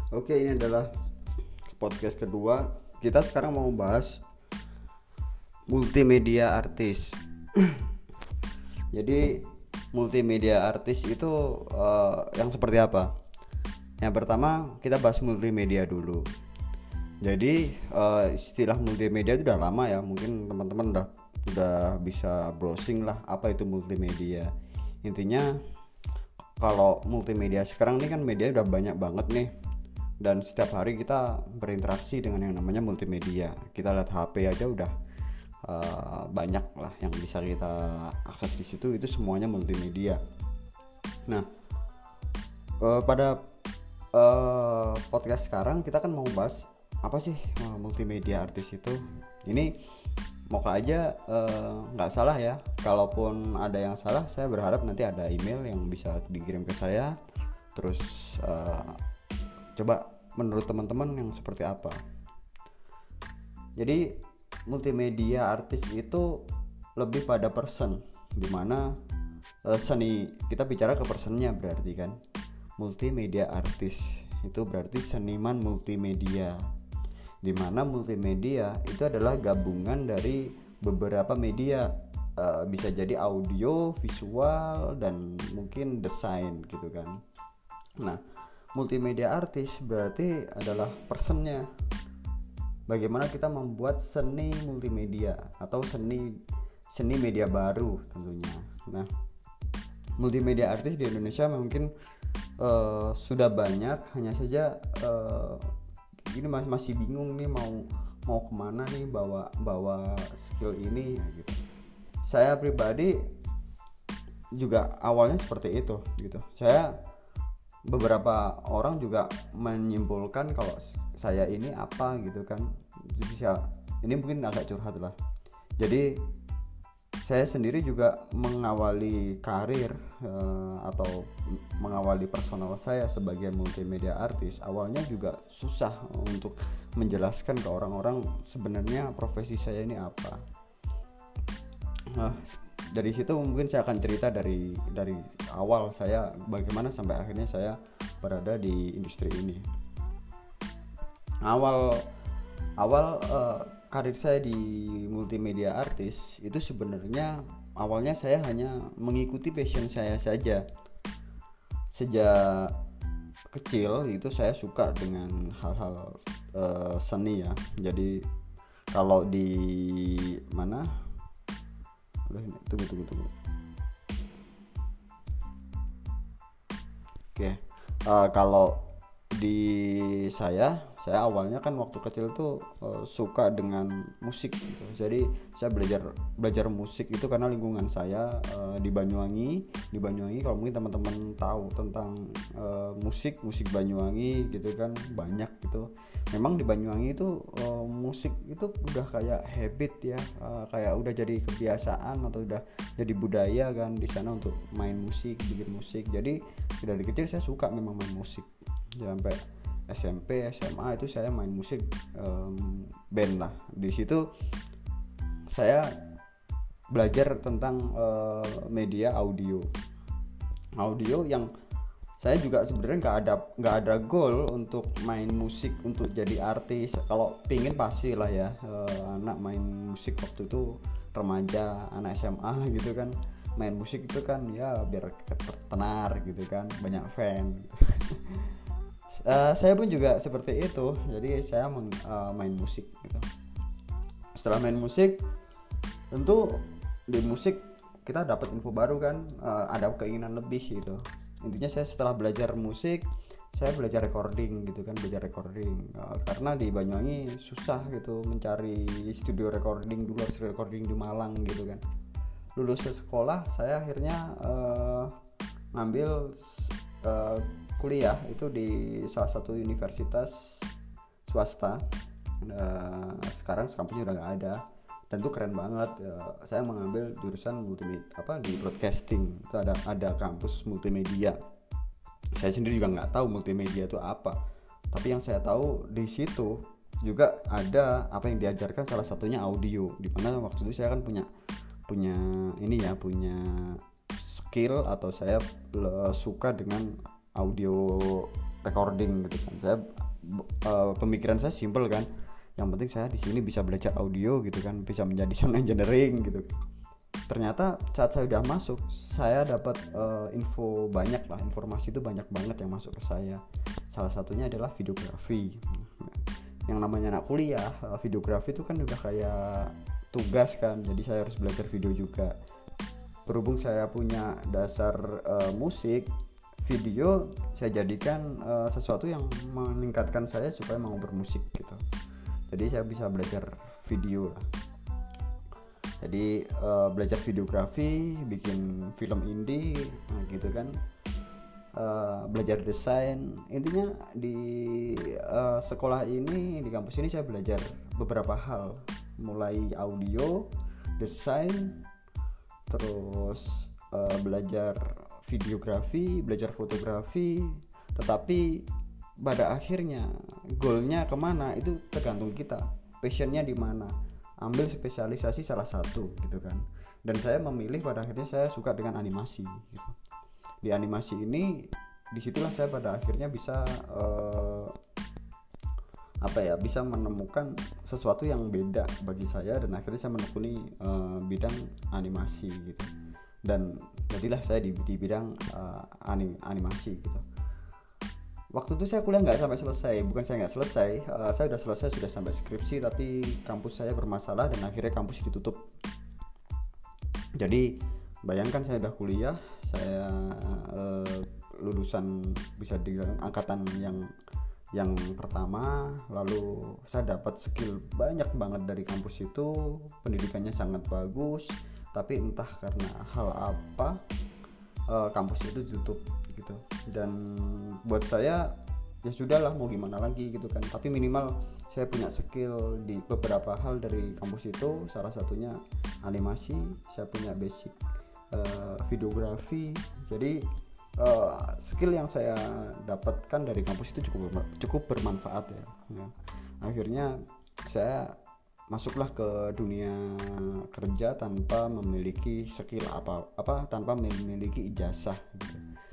Oke, ini adalah podcast kedua. Kita sekarang mau bahas multimedia artis. Jadi multimedia artis itu yang seperti apa? Yang pertama kita bahas multimedia dulu. Jadi istilah multimedia itu udah lama ya. Mungkin teman-teman udah bisa browsing lah apa itu multimedia. Intinya kalau multimedia sekarang ini kan media udah banyak banget nih, dan setiap hari kita berinteraksi dengan yang namanya multimedia. Kita lihat HP aja udah banyak lah yang bisa kita akses di situ, itu semuanya multimedia. Nah, pada podcast sekarang kita kan mau bahas apa sih multimedia artis itu. Ini moga aja nggak salah ya. Kalaupun ada yang salah, saya berharap nanti ada email yang bisa dikirim ke saya. Terus coba menurut teman-teman yang seperti apa. Jadi multimedia artis itu lebih pada person, dimana seni, kita bicara ke personnya berarti kan. Multimedia artis itu berarti seniman multimedia, dimana multimedia itu adalah gabungan dari beberapa media, bisa jadi audio, visual, dan mungkin desain gitu kan. Nah, multimedia artis berarti adalah personnya. Bagaimana kita membuat seni multimedia atau seni media baru tentunya. Nah, multimedia artis di Indonesia mungkin sudah banyak, hanya saja ini masih bingung nih mau kemana nih bawa skill ini gitu. Saya pribadi juga awalnya seperti itu gitu. Beberapa orang juga menyimpulkan kalau saya ini apa gitu kan. Jadi ini mungkin agak curhat lah. Jadi saya sendiri juga mengawali karir atau mengawali personal saya sebagai multimedia artis. Awalnya juga susah untuk menjelaskan ke orang-orang sebenarnya profesi saya ini apa. Nah, dari situ mungkin saya akan cerita dari awal saya bagaimana sampai akhirnya saya berada di industri ini. Awal karir saya di multimedia artis itu sebenarnya awalnya saya hanya mengikuti passion saya saja. Sejak kecil itu saya suka dengan hal-hal seni ya. Jadi kalau di mana tunggu. Oke, kalau di saya awalnya kan waktu kecil tuh suka dengan musik gitu. Jadi saya belajar musik itu karena lingkungan saya di Banyuwangi kalau mungkin teman-teman tahu tentang musik Banyuwangi gitu kan, banyak gitu. Memang di Banyuwangi itu musik itu udah kayak habit ya, kayak udah jadi kebiasaan atau udah jadi budaya kan di sana untuk main musik, bikin musik. Jadi dari kecil saya suka memang main musik. Sampai SMP, SMA itu saya main musik band lah. Di situ saya belajar tentang media audio yang saya juga sebenarnya nggak ada goal untuk main musik untuk jadi artis. Kalau pingin pasti lah ya, anak main musik waktu itu remaja, anak SMA gitu kan, main musik itu kan ya biar tenar gitu kan, banyak fan gitu. Saya pun juga seperti itu. Jadi saya main musik gitu. Setelah main musik, tentu di musik kita dapat info baru kan, ada keinginan lebih gitu. Intinya saya setelah belajar musik, saya belajar recording gitu kan, karena di Banyuwangi susah gitu mencari studio recording. Dulu harus recording di Malang gitu kan. Lulus sekolah, saya akhirnya ngambil kuliah itu di salah satu universitas swasta. Sekarang kampusnya udah nggak ada, dan itu keren banget. Saya mengambil jurusan multimedia di broadcasting. Itu ada kampus multimedia. Saya sendiri juga nggak tahu multimedia itu apa, tapi yang saya tahu di situ juga ada apa yang diajarkan, salah satunya audio. Dimana waktu itu saya kan punya skill atau saya suka dengan audio recording gitu kan. Saya pemikiran saya simple kan, yang penting saya di sini bisa belajar audio gitu kan, bisa menjadi sound engineering gitu. Ternyata saat saya udah masuk, saya dapat info banyak lah, informasi itu banyak banget yang masuk ke saya. Salah satunya adalah videografi. Yang namanya anak kuliah, videografi itu kan udah kayak tugas kan, jadi saya harus belajar video juga. Berhubung saya punya dasar musik, video saya jadikan sesuatu yang meningkatkan saya supaya mau bermusik gitu. Jadi saya bisa belajar video lah. Jadi belajar videografi, bikin film indie, nah gitu kan. Belajar desain. Intinya di sekolah ini, di kampus ini saya belajar beberapa hal, mulai audio, desain, terus belajar videografi, belajar fotografi. Tetapi pada akhirnya goalnya kemana itu tergantung kita, passionnya di mana. Ambil spesialisasi salah satu gitu kan. Dan saya memilih pada akhirnya saya suka dengan animasi gitu. Di animasi ini, disitulah saya pada akhirnya bisa bisa menemukan sesuatu yang beda bagi saya, dan akhirnya saya menekuni bidang animasi gitu. Dan jadilah saya di bidang animasi gitu. Waktu itu saya kuliah nggak sampai selesai, bukan saya nggak selesai, saya udah selesai, sudah sampai skripsi, tapi kampus saya bermasalah dan akhirnya kampus ditutup. Jadi bayangkan saya udah kuliah, saya lulusan bisa di angkatan yang pertama, lalu saya dapat skill banyak banget dari kampus itu, pendidikannya sangat bagus, tapi entah karena hal apa kampus itu ditutup gitu. Dan buat saya ya sudahlah, mau gimana lagi gitu kan, tapi minimal saya punya skill di beberapa hal dari kampus itu, salah satunya animasi, saya punya basic videografi. Jadi skill yang saya dapatkan dari kampus itu cukup bermanfaat ya. Akhirnya saya masuklah ke dunia kerja tanpa memiliki skill apa tanpa memiliki ijazah gitu.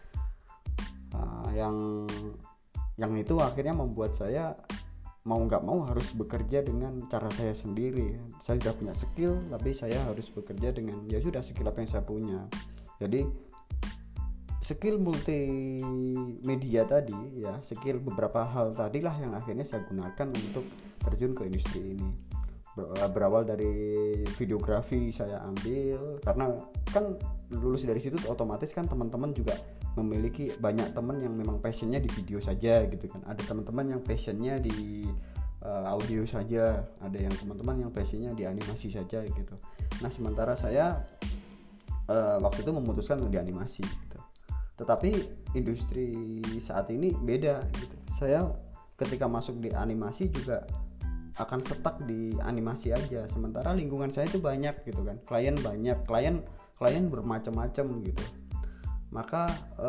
Yang itu akhirnya membuat saya mau nggak mau harus bekerja dengan cara saya sendiri. Saya sudah punya skill, tapi saya harus bekerja dengan ya sudah skill apa yang saya punya. Jadi skill multimedia tadi ya, skill beberapa hal tadilah yang akhirnya saya gunakan untuk terjun ke industri ini. Berawal dari videografi saya ambil, karena kan lulus dari situ otomatis kan teman-teman juga memiliki banyak teman yang memang passionnya di video saja gitu kan. Ada teman-teman yang passionnya di audio saja, ada yang teman-teman yang passionnya di animasi saja gitu. Nah sementara saya waktu itu memutuskan untuk di animasi gitu. Tetapi industri saat ini beda gitu. Saya ketika masuk di animasi juga akan stuck di animasi aja, sementara lingkungan saya itu banyak gitu kan, klien banyak, klien bermacam-macam gitu. Maka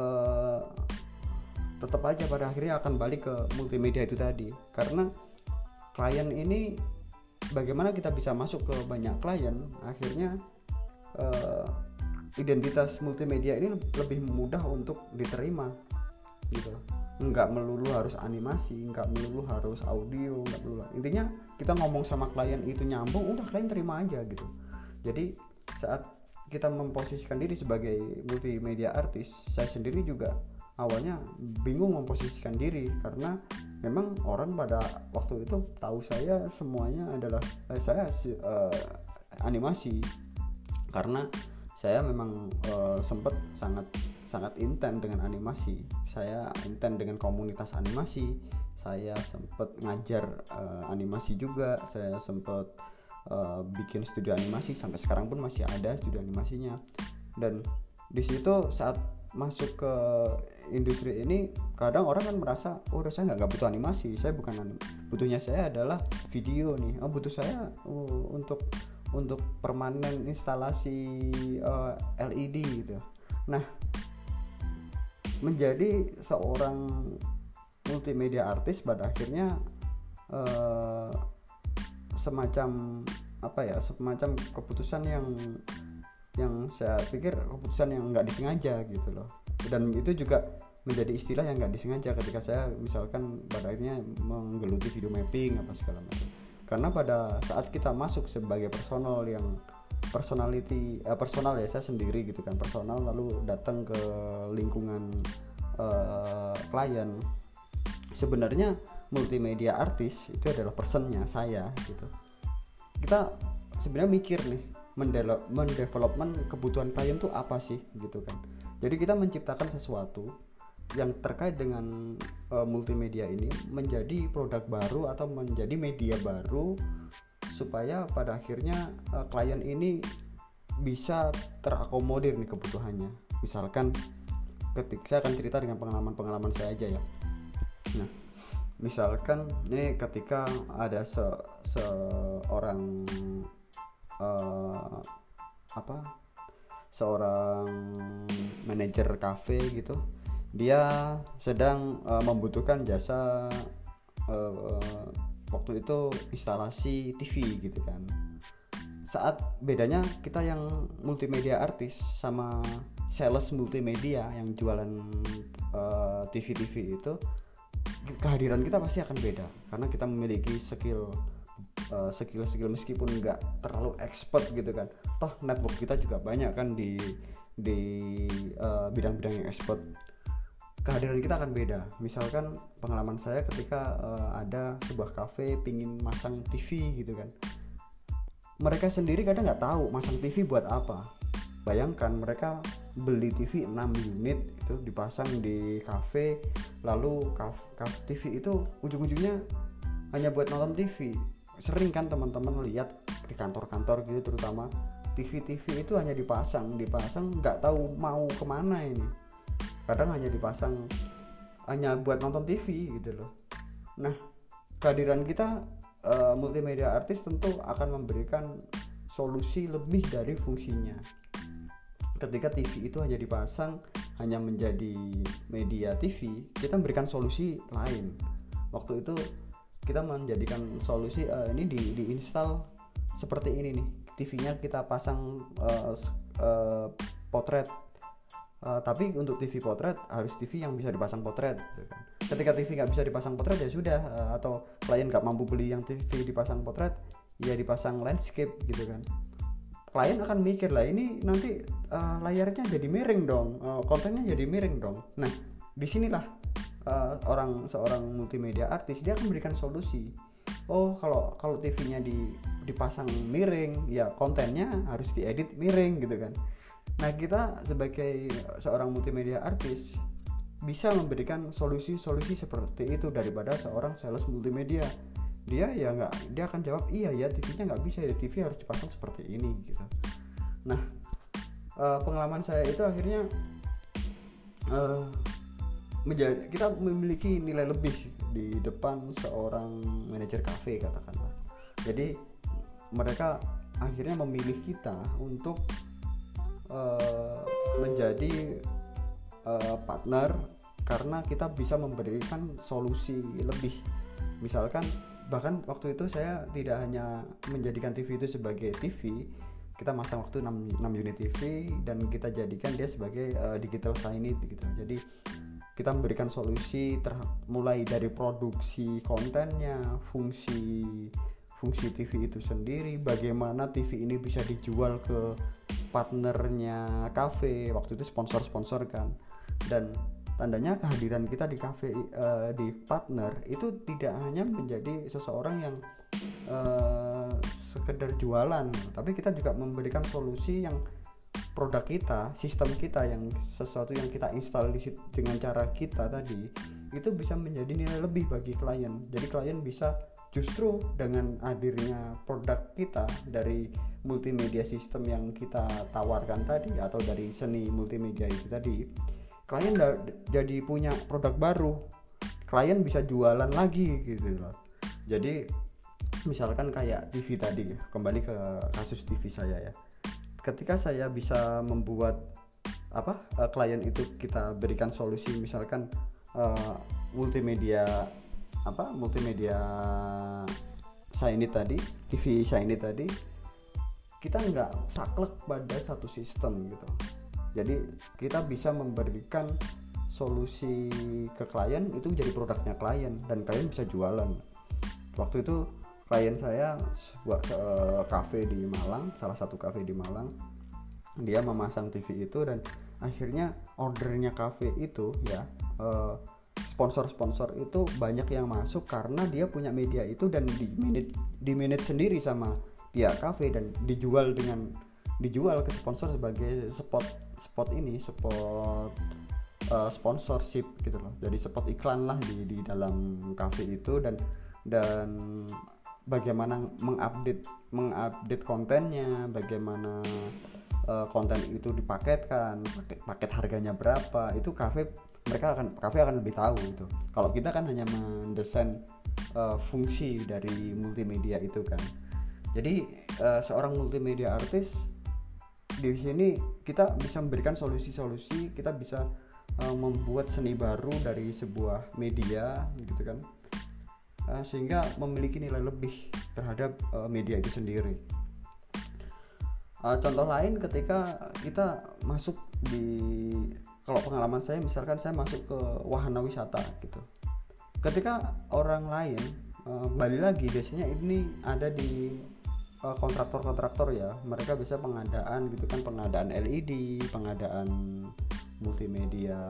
tetap aja pada akhirnya akan balik ke multimedia itu tadi, karena klien ini bagaimana kita bisa masuk ke banyak klien, akhirnya identitas multimedia ini lebih mudah untuk diterima gitu. Nggak melulu harus animasi, nggak melulu harus audio, nggak melulu. Intinya kita ngomong sama klien itu nyambung, udah klien terima aja gitu. Jadi saat kita memposisikan diri sebagai multimedia artis, saya sendiri juga awalnya bingung memposisikan diri, karena memang orang pada waktu itu tahu saya semuanya adalah saya animasi, karena saya memang sempat sangat intens dengan animasi. Saya intens dengan komunitas animasi. Saya sempat ngajar animasi juga. Saya sempat bikin studio animasi, sampai sekarang pun masih ada studio animasinya. Dan di situ saat masuk ke industri ini, kadang orang kan merasa, oh saya nggak butuh animasi, saya bukan butuhnya saya adalah video nih. Butuh saya untuk permanen instalasi LED gitu. Nah, menjadi seorang multimedia artis pada akhirnya semacam keputusan yang saya pikir keputusan yang nggak disengaja gitu loh. Dan itu juga menjadi istilah yang nggak disengaja ketika saya misalkan pada akhirnya menggeluti video mapping apa segala macam. Karena pada saat kita masuk sebagai personal yang personal ya, saya sendiri gitu kan, personal, lalu datang ke lingkungan klien, sebenarnya multimedia artis itu adalah personnya saya gitu. Kita sebenarnya mikir nih, mendevelopment kebutuhan klien tuh apa sih gitu kan. Jadi kita menciptakan sesuatu yang terkait dengan multimedia ini menjadi produk baru atau menjadi media baru supaya pada akhirnya klien ini bisa terakomodir nih kebutuhannya. Misalkan saya akan cerita dengan pengalaman saya aja ya. Nah, misalkan ini ketika ada seorang seorang manajer kafe gitu, dia sedang membutuhkan jasa waktu itu instalasi TV gitu kan. Saat bedanya kita yang multimedia artis sama sales multimedia yang jualan TV itu, kehadiran kita pasti akan beda karena kita memiliki skill meskipun nggak terlalu expert gitu kan. Toh network kita juga banyak kan di bidang-bidang yang expert. Kehadiran kita akan beda. Misalkan pengalaman saya ketika ada sebuah kafe pingin masang TV gitu kan, mereka sendiri kadang nggak tahu masang TV buat apa. Bayangkan mereka beli TV 6 unit itu dipasang di kafe, lalu TV itu ujung-ujungnya hanya buat nonton TV. Sering kan teman-teman lihat di kantor-kantor gitu, terutama TV itu hanya dipasang nggak tahu mau kemana ini. Kadang hanya dipasang hanya buat nonton TV gitu loh. Nah, kehadiran kita multimedia artis tentu akan memberikan solusi lebih dari fungsinya. Ketika TV itu hanya dipasang hanya menjadi media TV, kita memberikan solusi lain. Waktu itu kita menjadikan solusi ini diinstal seperti ini nih, TV-nya kita pasang potret. Tapi untuk TV potret harus TV yang bisa dipasang potret gitu kan. Ketika TV nggak bisa dipasang potret ya sudah, atau klien nggak mampu beli yang TV dipasang potret, ya dipasang landscape gitu kan. Klien akan mikir lah, ini nanti layarnya jadi miring dong, kontennya jadi miring dong. Nah, disinilah seorang multimedia artis dia akan memberikan solusi. Oh, kalau TV-nya dipasang miring, ya kontennya harus diedit miring gitu kan. Nah, kita sebagai seorang multimedia artis bisa memberikan solusi-solusi seperti itu daripada seorang sales multimedia. Dia akan jawab, iya ya, TV-nya nggak bisa ya, TV harus dipasang seperti ini gitu. Nah, pengalaman saya itu akhirnya kita memiliki nilai lebih di depan seorang manajer kafe katakanlah. Jadi mereka akhirnya memilih kita untuk menjadi partner karena kita bisa memberikan solusi lebih. Misalkan bahkan waktu itu saya tidak hanya menjadikan TV itu sebagai TV, kita masang waktu 6 unit TV dan kita jadikan dia sebagai digital signage gitu. Jadi kita memberikan solusi mulai dari produksi kontennya, fungsi TV itu sendiri, bagaimana TV ini bisa dijual ke partnernya kafe, waktu itu sponsor kan. Dan tandanya kehadiran kita di kafe di partner itu tidak hanya menjadi seseorang yang sekedar jualan, tapi kita juga memberikan solusi yang produk kita, sistem kita, yang sesuatu yang kita install dengan cara kita tadi itu bisa menjadi nilai lebih bagi klien. Jadi klien bisa justru dengan hadirnya produk kita dari multimedia sistem yang kita tawarkan tadi atau dari seni multimedia itu tadi, klien jadi punya produk baru, klien bisa jualan lagi gitu loh. Jadi misalkan kayak TV tadi ya, kembali ke kasus TV saya ya, ketika saya bisa membuat klien itu kita berikan solusi, misalkan multimedia Shiny tadi, TV Shiny tadi, kita nggak saklek pada satu sistem gitu. Jadi kita bisa memberikan solusi ke klien itu jadi produknya klien dan klien bisa jualan. Waktu itu klien saya sebuah kafe di Malang, salah satu kafe di Malang, dia memasang TV itu dan akhirnya ordernya kafe itu ya, sponsor-sponsor itu banyak yang masuk karena dia punya media itu dan di manage sendiri sama pihak kafe dan dijual ke sponsor sebagai spot sponsorship gitu loh. Jadi spot iklan lah di dalam kafe itu dan bagaimana mengupdate kontennya, bagaimana konten itu dipaketkan, paket harganya berapa, itu kafe akan lebih tahu itu. Kalau kita kan hanya mendesain fungsi dari multimedia itu kan. Jadi seorang multimedia artis di sini kita bisa memberikan solusi-solusi, kita bisa membuat seni baru dari sebuah media gitu kan, sehingga memiliki nilai lebih terhadap media itu sendiri. Contoh lain ketika kita masuk kalau pengalaman saya misalkan saya masuk ke wahana wisata gitu. Ketika orang lain balik lagi biasanya ini ada di kontraktor ya, mereka bisa pengadaan gitu kan, pengadaan LED, pengadaan multimedia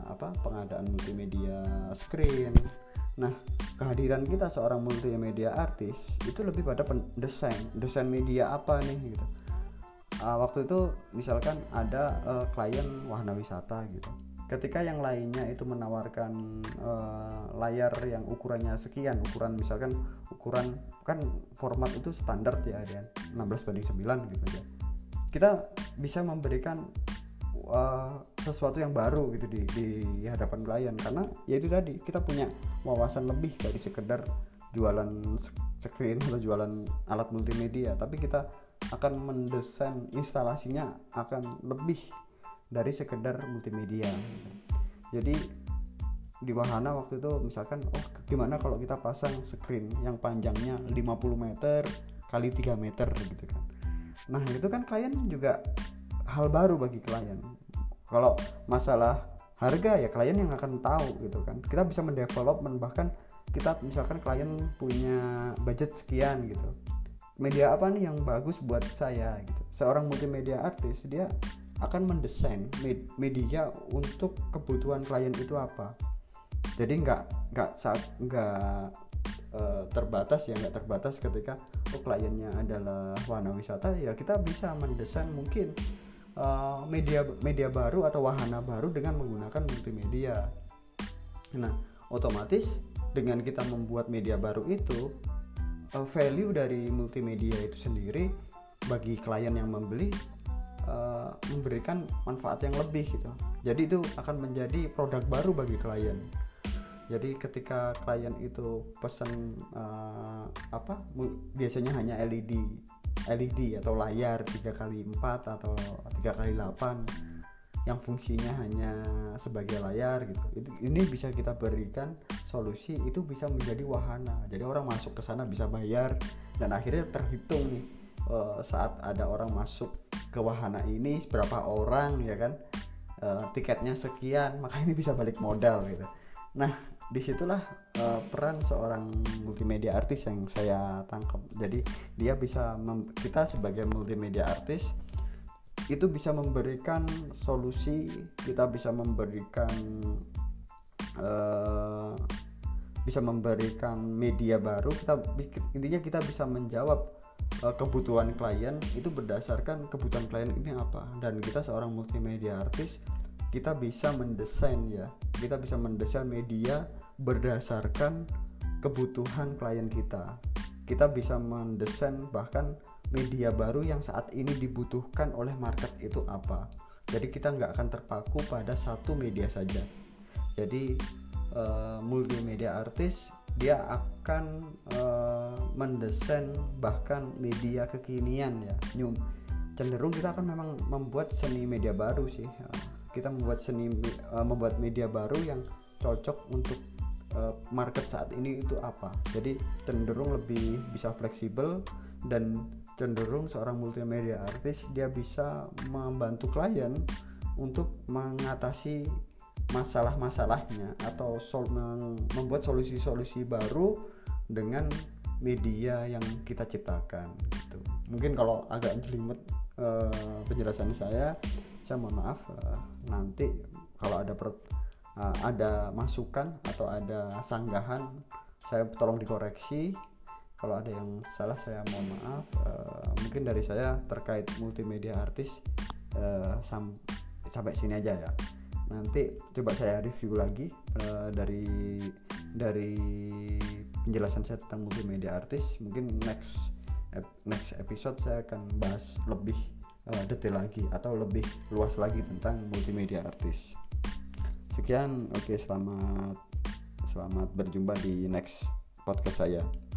screen. Nah, kehadiran kita seorang multimedia artis itu lebih pada desain media apa nih gitu. Waktu itu misalkan ada klien wahana wisata gitu. Ketika yang lainnya itu menawarkan layar yang ukurannya sekian, ukuran kan format itu standar ya, ada 16:9 gitu aja. Kita bisa memberikan sesuatu yang baru gitu di hadapan klien, karena ya itu tadi kita punya wawasan lebih dari sekedar jualan screen atau jualan alat multimedia, tapi kita akan mendesain instalasinya akan lebih dari sekedar multimedia. Jadi di wahana waktu itu misalkan gimana kalau kita pasang screen yang panjangnya 50 meter kali 3 meter gitu kan. Nah itu kan klien juga hal baru bagi klien. Kalau masalah harga ya klien yang akan tahu gitu kan. Kita bisa mendevelopment, bahkan kita misalkan klien punya budget sekian gitu, media apa nih yang bagus buat saya gitu. Seorang multimedia artis dia akan mendesain media untuk kebutuhan klien itu apa. Jadi nggak terbatas ketika kliennya adalah wahana wisata, ya kita bisa mendesain mungkin media baru atau wahana baru dengan menggunakan multimedia. Nah, otomatis dengan kita membuat media baru itu, value dari multimedia itu sendiri bagi klien yang membeli memberikan manfaat yang lebih gitu. Jadi itu akan menjadi produk baru bagi klien. Jadi ketika klien itu pesan biasanya hanya LED atau layar 3x4 atau 3x8 yang fungsinya hanya sebagai layar gitu. Ini bisa kita berikan solusi, itu bisa menjadi wahana. Jadi orang masuk ke sana bisa bayar dan akhirnya terhitung nih saat ada orang masuk ke wahana ini berapa orang ya kan, tiketnya sekian, maka ini bisa balik modal gitu. Nah, disitulah peran seorang multimedia artis yang saya tangkap. Jadi dia bisa kita sebagai multimedia artis itu bisa memberikan solusi, kita bisa memberikan media baru. Intinya kita bisa menjawab kebutuhan klien itu berdasarkan kebutuhan klien ini apa. Dan kita seorang multimedia artis, kita bisa mendesain media berdasarkan kebutuhan klien kita. Kita bisa mendesain bahkan media baru yang saat ini dibutuhkan oleh market itu apa. Jadi kita nggak akan terpaku pada satu media saja. Jadi multimedia artis dia akan mendesain bahkan media kekinian ya. Cenderung kita akan memang membuat seni media baru sih. Kita membuat media baru yang cocok untuk market saat ini itu apa. Jadi cenderung lebih bisa fleksibel, dan cenderung seorang multimedia artis dia bisa membantu klien untuk mengatasi masalah-masalahnya atau membuat solusi-solusi baru dengan media yang kita ciptakan gitu. Mungkin kalau agak jelimet penjelasan saya mohon maaf. Nanti kalau ada masukan atau ada sanggahan, saya tolong dikoreksi. Kalau ada yang salah saya mohon maaf. Mungkin dari saya terkait multimedia artis sampai sini aja ya. Nanti coba saya review lagi dari penjelasan saya tentang multimedia artis. Mungkin next episode saya akan bahas lebih detail lagi atau lebih luas lagi tentang multimedia artis. Sekian, oke, selamat berjumpa di next podcast saya.